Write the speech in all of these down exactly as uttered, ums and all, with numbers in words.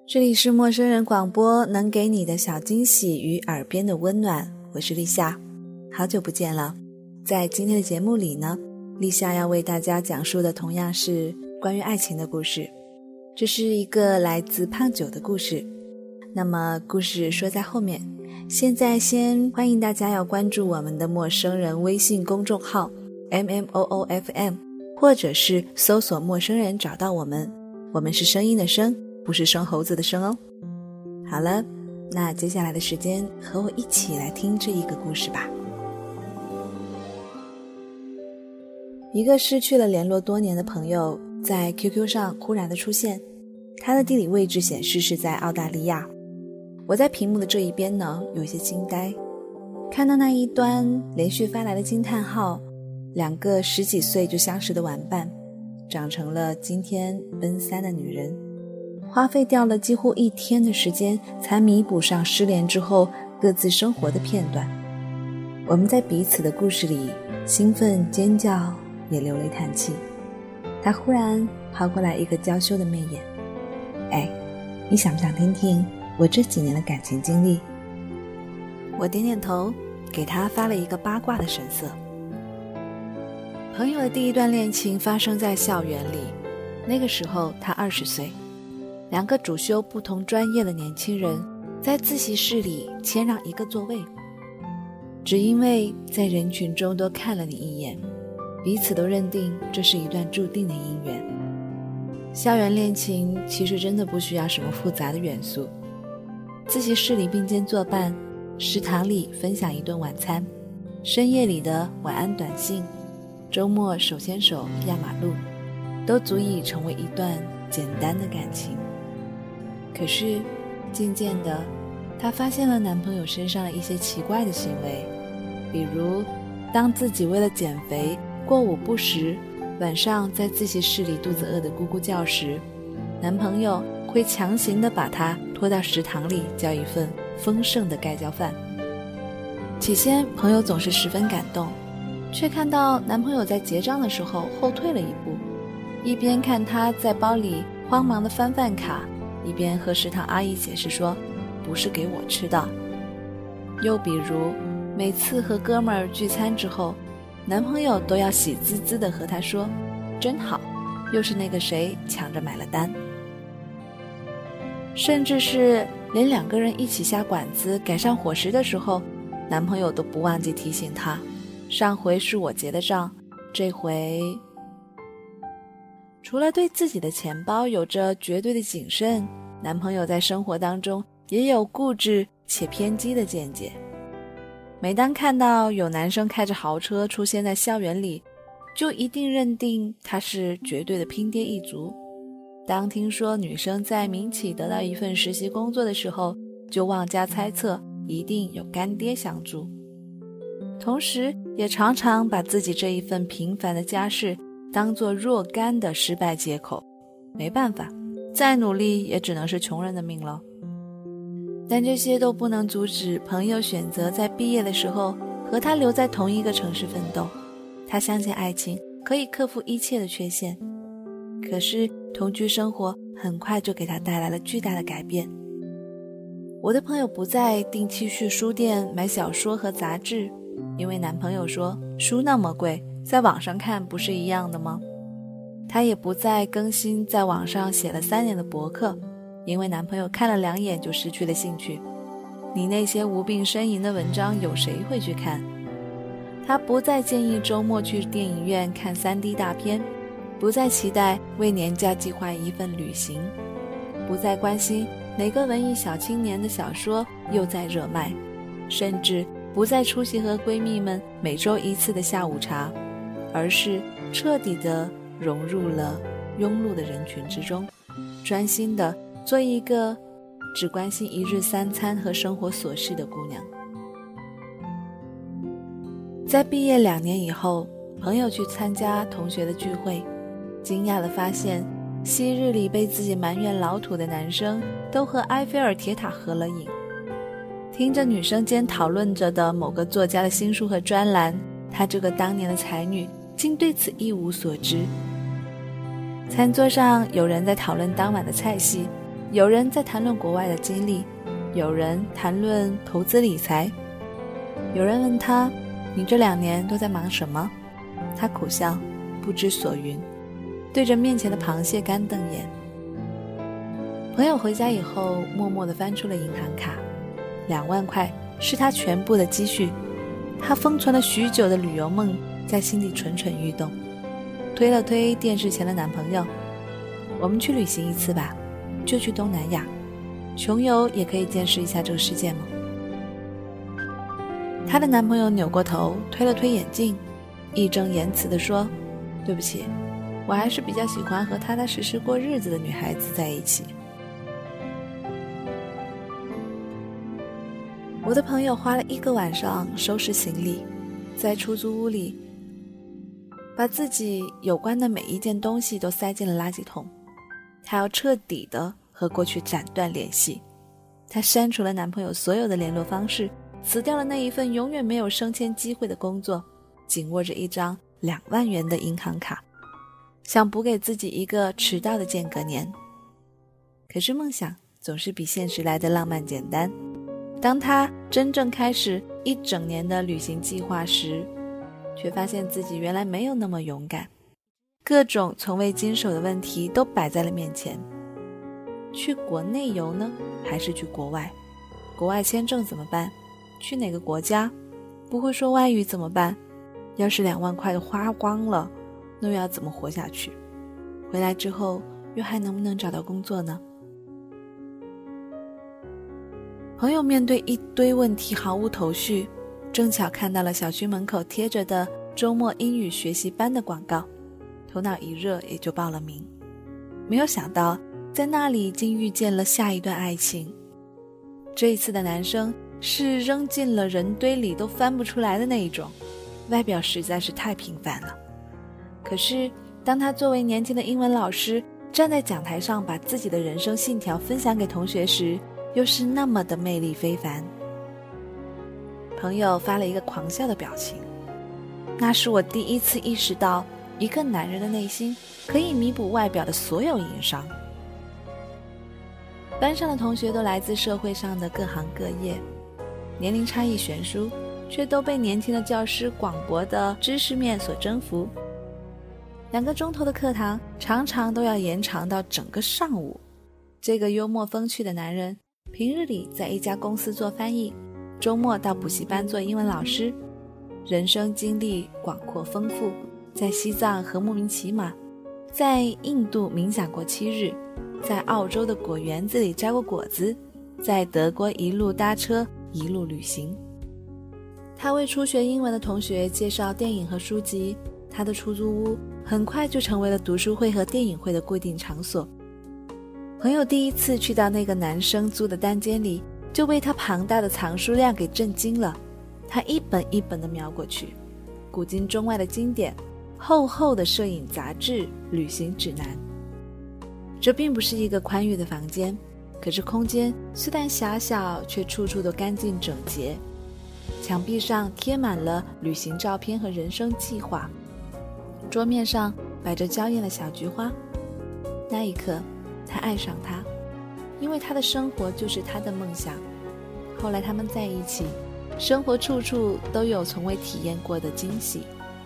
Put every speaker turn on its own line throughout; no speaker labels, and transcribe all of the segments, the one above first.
这里是陌生人广播，能给你的小惊喜与耳边的温暖，我是立夏，好久不见了。在今天的节目里呢，立夏要为大家讲述的同样是关于爱情的故事。这是一个来自胖九的故事，那么故事说在后面。现在先欢迎大家要关注我们的陌生人微信公众号 M M O O F M， 或者是搜索陌生人找到我们，我们是声音的声，不是生猴子的生哦。好了，那接下来的时间和我一起来听这一个故事吧。一个失去了联络多年的朋友在 Q Q 上忽然的出现，他的地理位置显示是在澳大利亚。我在屏幕的这一边呢，有些惊呆，看到那一端连续发来的惊叹号，两个十几岁就相识的玩伴，长成了今天奔三的女人，花费掉了几乎一天的时间才弥补上失联之后各自生活的片段。我们在彼此的故事里兴奋尖叫，也流泪叹气。他忽然抛过来一个娇羞的媚眼，哎，你想不想听听我这几年的感情经历？我点点头，给他发了一个八卦的神色。朋友的第一段恋情发生在校园里，那个时候他二十岁，两个主修不同专业的年轻人在自习室里谦让一个座位，只因为在人群中多看了你一眼，彼此都认定这是一段注定的姻缘。校园恋情其实真的不需要什么复杂的元素，自习室里并肩作伴，食堂里分享一顿晚餐，深夜里的晚安短信，周末手牵手压马路，都足以成为一段简单的感情。可是渐渐的，她发现了男朋友身上的一些奇怪的行为，比如当自己为了减肥过午不食，晚上在自习室里肚子饿得咕咕叫时，男朋友会强行地把她拖到食堂里叫一份丰盛的盖浇饭。起先朋友总是十分感动，却看到男朋友在结账的时候后退了一步，一边看她在包里慌忙地翻饭卡，一边和食堂阿姨解释说不是给我吃的。又比如每次和哥们儿聚餐之后，男朋友都要喜滋滋地和她说真好，又是那个谁抢着买了单。甚至是连两个人一起下馆子赶上伙食的时候，男朋友都不忘记提醒她，上回是我结的账，这回……除了对自己的钱包有着绝对的谨慎，男朋友在生活当中也有固执且偏激的见解。每当看到有男生开着豪车出现在校园里，就一定认定他是绝对的拼爹一族。当听说女生在民企得到一份实习工作的时候，就妄加猜测一定有干爹相助，同时也常常把自己这一份平凡的家世当作若干的失败借口。没办法，再努力也只能是穷人的命了。但这些都不能阻止朋友选择在毕业的时候和他留在同一个城市奋斗。他相信爱情可以克服一切的缺陷，可是同居生活很快就给他带来了巨大的改变。我的朋友不再定期去书店买小说和杂志，因为男朋友说书那么贵，在网上看不是一样的吗？他也不再更新在网上写了三年的博客，因为男朋友看了两眼就失去了兴趣。你那些无病呻吟的文章有谁会去看？他不再建议周末去电影院看 三 D 大片，不再期待为年假计划一份旅行，不再关心哪个文艺小青年的小说又在热卖，甚至不再出席和闺蜜们每周一次的下午茶，而是彻底地融入了庸碌的人群之中，专心地做一个只关心一日三餐和生活琐事的姑娘。在毕业两年以后，朋友去参加同学的聚会，惊讶地发现昔日里被自己埋怨老土的男生都和埃菲尔铁塔合了影。听着女生间讨论着的某个作家的新书和专栏，她这个当年的才女竟对此一无所知。餐桌上有人在讨论当晚的菜系， 有人在谈论国外的经历，有人谈论投资理财，有人问他，你这两年都在忙什么？他苦笑，不知所云，对着面前的螃蟹干瞪眼。朋友回家以后，默默地翻出了银行卡，两万块是他全部的积蓄，他封存了许久的旅游梦在心里蠢蠢欲动。推了推电视前的男朋友，我们去旅行一次吧，就去东南亚，穷游也可以见识一下这个世界吗？她的男朋友扭过头推了推眼镜，义正言辞地说，对不起，我还是比较喜欢和踏踏实实过日子的女孩子在一起。我的朋友花了一个晚上收拾行李，在出租屋里把自己有关的每一件东西都塞进了垃圾桶。她要彻底的和过去斩断联系，她删除了男朋友所有的联络方式，辞掉了那一份永远没有升迁机会的工作，紧握着一张两万元的银行卡，想补给自己一个迟到的间隔年。可是梦想总是比现实来的浪漫简单，当她真正开始一整年的旅行计划时，却发现自己原来没有那么勇敢，各种从未经手的问题都摆在了面前。去国内游呢，还是去国外？国外签证怎么办？去哪个国家？不会说外语怎么办？要是两万块都花光了，那又要怎么活下去？回来之后又还能不能找到工作呢？朋友面对一堆问题毫无头绪，正巧看到了小区门口贴着的周末英语学习班的广告，头脑一热也就报了名。没有想到在那里竟遇见了下一段爱情。这一次的男生是扔进了人堆里都翻不出来的那一种，外表实在是太平凡了。可是当他作为年轻的英文老师站在讲台上把自己的人生信条分享给同学时，又是那么的魅力非凡。朋友发了一个狂笑的表情，那是我第一次意识到一个男人的内心可以弥补外表的所有硬伤。班上的同学都来自社会上的各行各业，年龄差异悬殊，却都被年轻的教师广博的知识面所征服。两个钟头的课堂常常都要延长到整个上午。这个幽默风趣的男人平日里在一家公司做翻译，周末到补习班做英文老师，人生经历广阔丰富，在西藏和牧民骑马，在印度冥想过七日，在澳洲的果园子里摘过果子，在德国一路搭车一路旅行。他为初学英文的同学介绍电影和书籍，他的出租屋很快就成为了读书会和电影会的固定场所。朋友第一次去到那个男生租的单间里，就被他庞大的藏书量给震惊了。他一本一本地瞄过去，古今中外的经典，厚厚的摄影杂志、旅行指南。这并不是一个宽裕的房间，可是空间虽然狭小，却处处都干净整洁。墙壁上贴满了旅行照片和人生计划，桌面上摆着娇艳的小菊花。那一刻他爱上他，因为他的生活就是他的梦想。后来他们在一起，生活处处都有从未体验过的惊喜。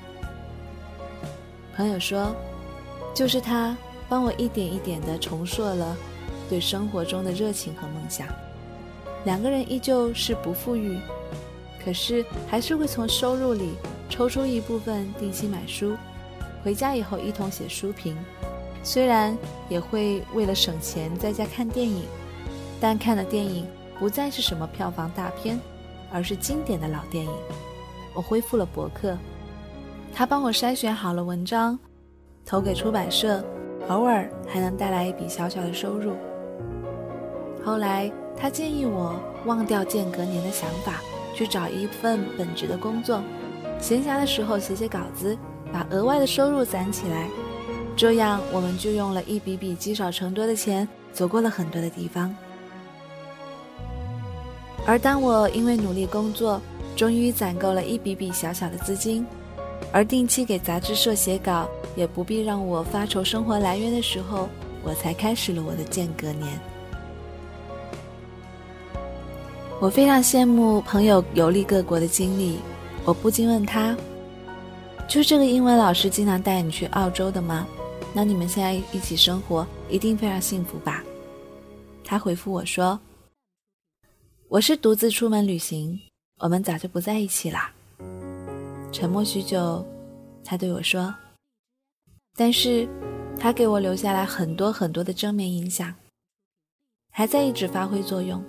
朋友说，就是他帮我一点一点地重塑了对生活中的热情和梦想。两个人依旧是不富裕，可是还是会从收入里抽出一部分定期买书，回家以后一同写书评。虽然也会为了省钱在家看电影，但看的电影不再是什么票房大片，而是经典的老电影。我恢复了博客，他帮我筛选好了文章，投给出版社，偶尔还能带来一笔小小的收入。后来他建议我忘掉间隔年的想法，去找一份本职的工作，闲暇的时候写写稿子，把额外的收入攒起来。这样我们就用了一笔笔积少成多的钱，走过了很多的地方。而当我因为努力工作，终于攒够了一笔笔小小的资金，而定期给杂志社写稿也不必让我发愁生活来源的时候，我才开始了我的间隔年。 我非常羡慕朋友游历各国的经历，我不禁问他，就这个英文老师经常带你去澳洲的吗？那你们现在一起生活一定非常幸福吧？他回复我说，我是独自出门旅行，我们早就不在一起啦。沉默许久，他对我说，但是他给我留下来很多很多的正面影响，还在一直发挥作用。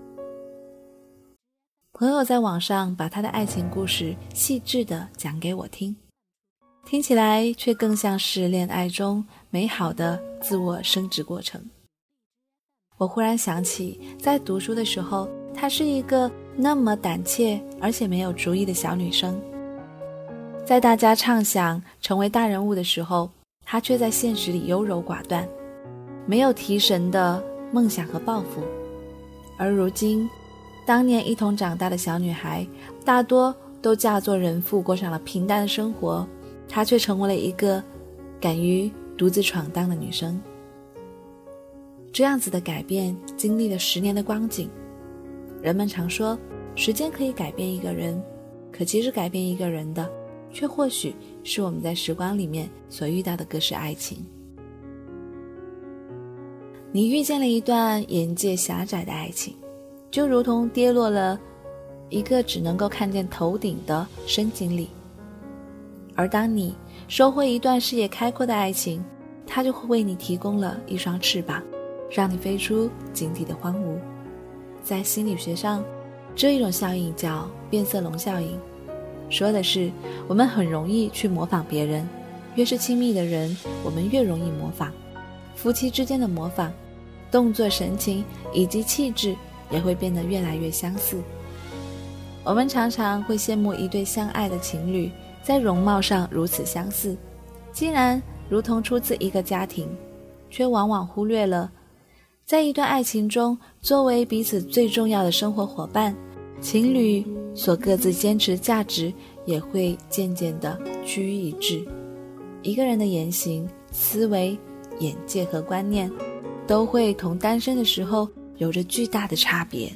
朋友在网上把他的爱情故事细致地讲给我听，听起来却更像是恋爱中美好的自我升值过程。我忽然想起，在读书的时候，她是一个那么胆怯而且没有主意的小女生。在大家畅想成为大人物的时候，她却在现实里优柔寡断，没有提神的梦想和抱负。而如今，当年一同长大的小女孩大多都嫁作人妇，过上了平淡的生活，她却成为了一个敢于独自闯荡的女生。这样子的改变经历了十年的光景。人们常说时间可以改变一个人，可其实改变一个人的却或许是我们在时光里面所遇到的各式爱情。你遇见了一段眼界狭窄的爱情，就如同跌落了一个只能够看见头顶的深井里。而当你收获一段视野开阔的爱情，它就会为你提供了一双翅膀，让你飞出井底的荒芜。在心理学上，这一种效应叫变色龙效应，说的是我们很容易去模仿别人，越是亲密的人，我们越容易模仿。夫妻之间的模仿，动作、神情以及气质也会变得越来越相似。我们常常会羡慕一对相爱的情侣，在容貌上如此相似，竟然如同出自一个家庭，却往往忽略了在一段爱情中，作为彼此最重要的生活伙伴，情侣所各自坚持价值也会渐渐地趋于一致。一个人的言行、思维、眼界和观念都会同单身的时候有着巨大的差别。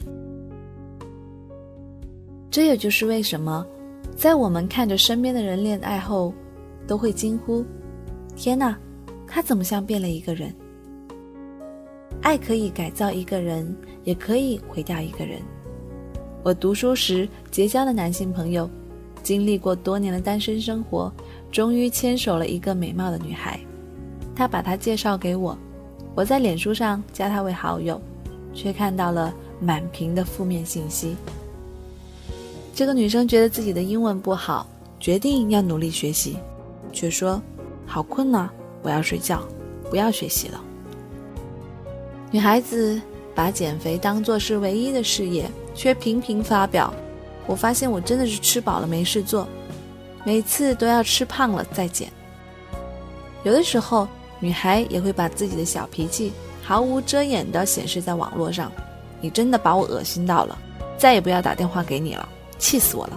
这也就是为什么在我们看着身边的人恋爱后，都会惊呼，天哪，他怎么像变了一个人。爱可以改造一个人，也可以毁掉一个人。我读书时结交的男性朋友，经历过多年的单身生活，终于牵手了一个美貌的女孩。他把她介绍给我，我在脸书上加她为好友，却看到了满屏的负面信息。这个女生觉得自己的英文不好，决定要努力学习，却说好困啊，我要睡觉，不要学习了。女孩子把减肥当作是唯一的事业，却频频发表，我发现我真的是吃饱了没事做，每次都要吃胖了再减。有的时候女孩也会把自己的小脾气毫无遮掩地显示在网络上，你真的把我恶心到了，再也不要打电话给你了，气死我了。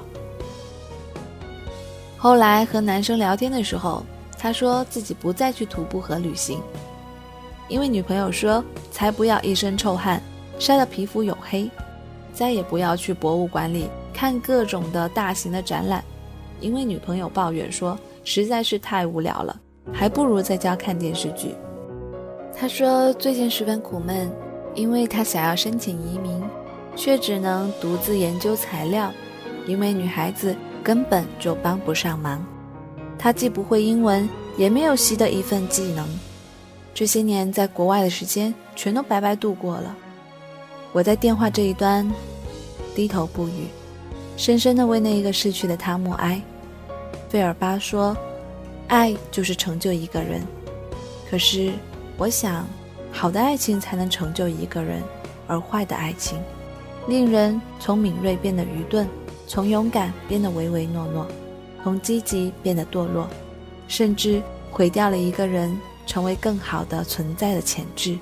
后来和男生聊天的时候，他说自己不再去徒步和旅行，因为女朋友说才不要一身臭汗，晒得皮肤黝黑。再也不要去博物馆里看各种的大型的展览，因为女朋友抱怨说实在是太无聊了，还不如在家看电视剧。他说最近十分苦闷，因为他想要申请移民，却只能独自研究材料，因为女孩子根本就帮不上忙。他既不会英文，也没有习得一份技能，这些年在国外的时间全都白白度过了。我在电话这一端低头不语，深深地为那一个逝去的他默哀。费尔巴说，爱就是成就一个人，可是我想，好的爱情才能成就一个人，而坏的爱情令人从敏锐变得愚钝，从勇敢变得唯唯诺诺，从积极变得堕落，甚至毁掉了一个人成为更好的存在的潜质。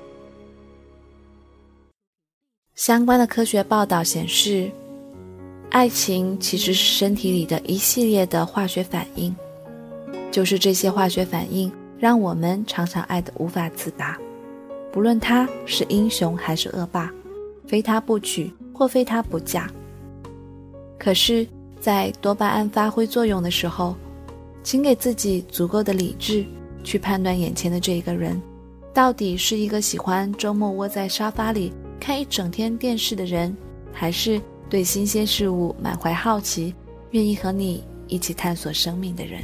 相关的科学报道显示，爱情其实是身体里的一系列的化学反应，就是这些化学反应让我们常常爱得无法自拔，不论他是英雄还是恶霸，非他不娶或非他不嫁。可是在多巴胺发挥作用的时候，请给自己足够的理智去判断眼前的这一个人到底是一个喜欢周末窝在沙发里看一整天电视的人，还是对新鲜事物满怀好奇，愿意和你一起探索生命的人。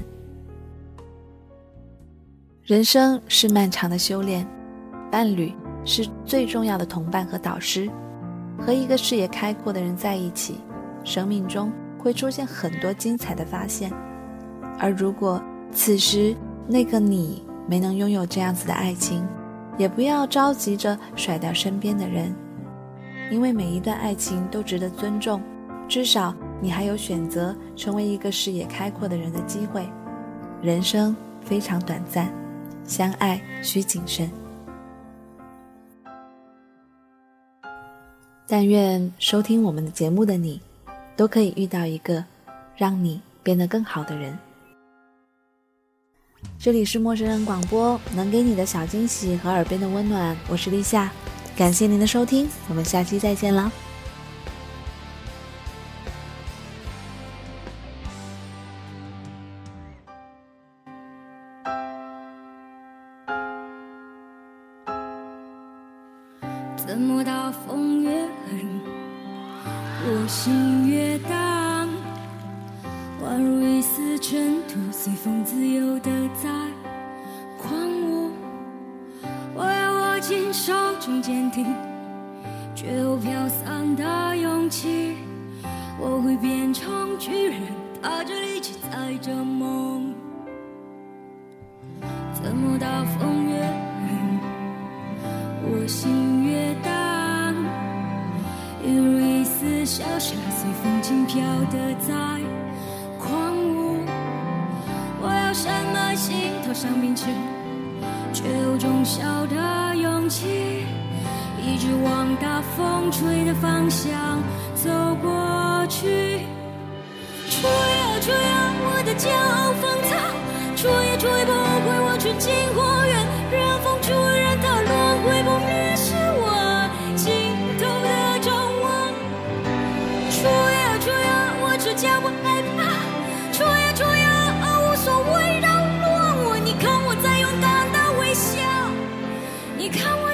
人生是漫长的修炼，伴侣是最重要的同伴和导师。和一个视野开阔的人在一起，生命中会出现很多精彩的发现。而如果此时那个你没能拥有这样子的爱情，也不要着急着甩掉身边的人，因为每一段爱情都值得尊重，至少你还有选择成为一个视野开阔的人的机会。人生非常短暂，相爱需谨慎。但愿收听我们的节目的你，都可以遇到一个让你变得更好的人。这里是陌生人广播，能给你的小惊喜和耳边的温暖，我是立夏，感谢您的收听，我们下期再见了。
怎么大风越狠，我心越荡，宛如一丝尘土，随风自由地在狂舞。我要握紧手中坚定却又飘散的勇气，我会变成巨人，踏着力气载着梦。怎么大风越狠，我心越荡，一如一丝小沙，随风轻飘的在狂舞。我要深埋心头上冰齿，却有种小的勇气，一直往大风吹的方向走过去。吹啊吹啊，我的骄傲放纵，吹也吹不回我纯净花园，任风吹，任它轮回，不灭是我尽头的张望。吹啊吹啊，我只叫不害怕，吹啊吹啊，无所谓扰乱我。你看我在勇敢的微笑，你看我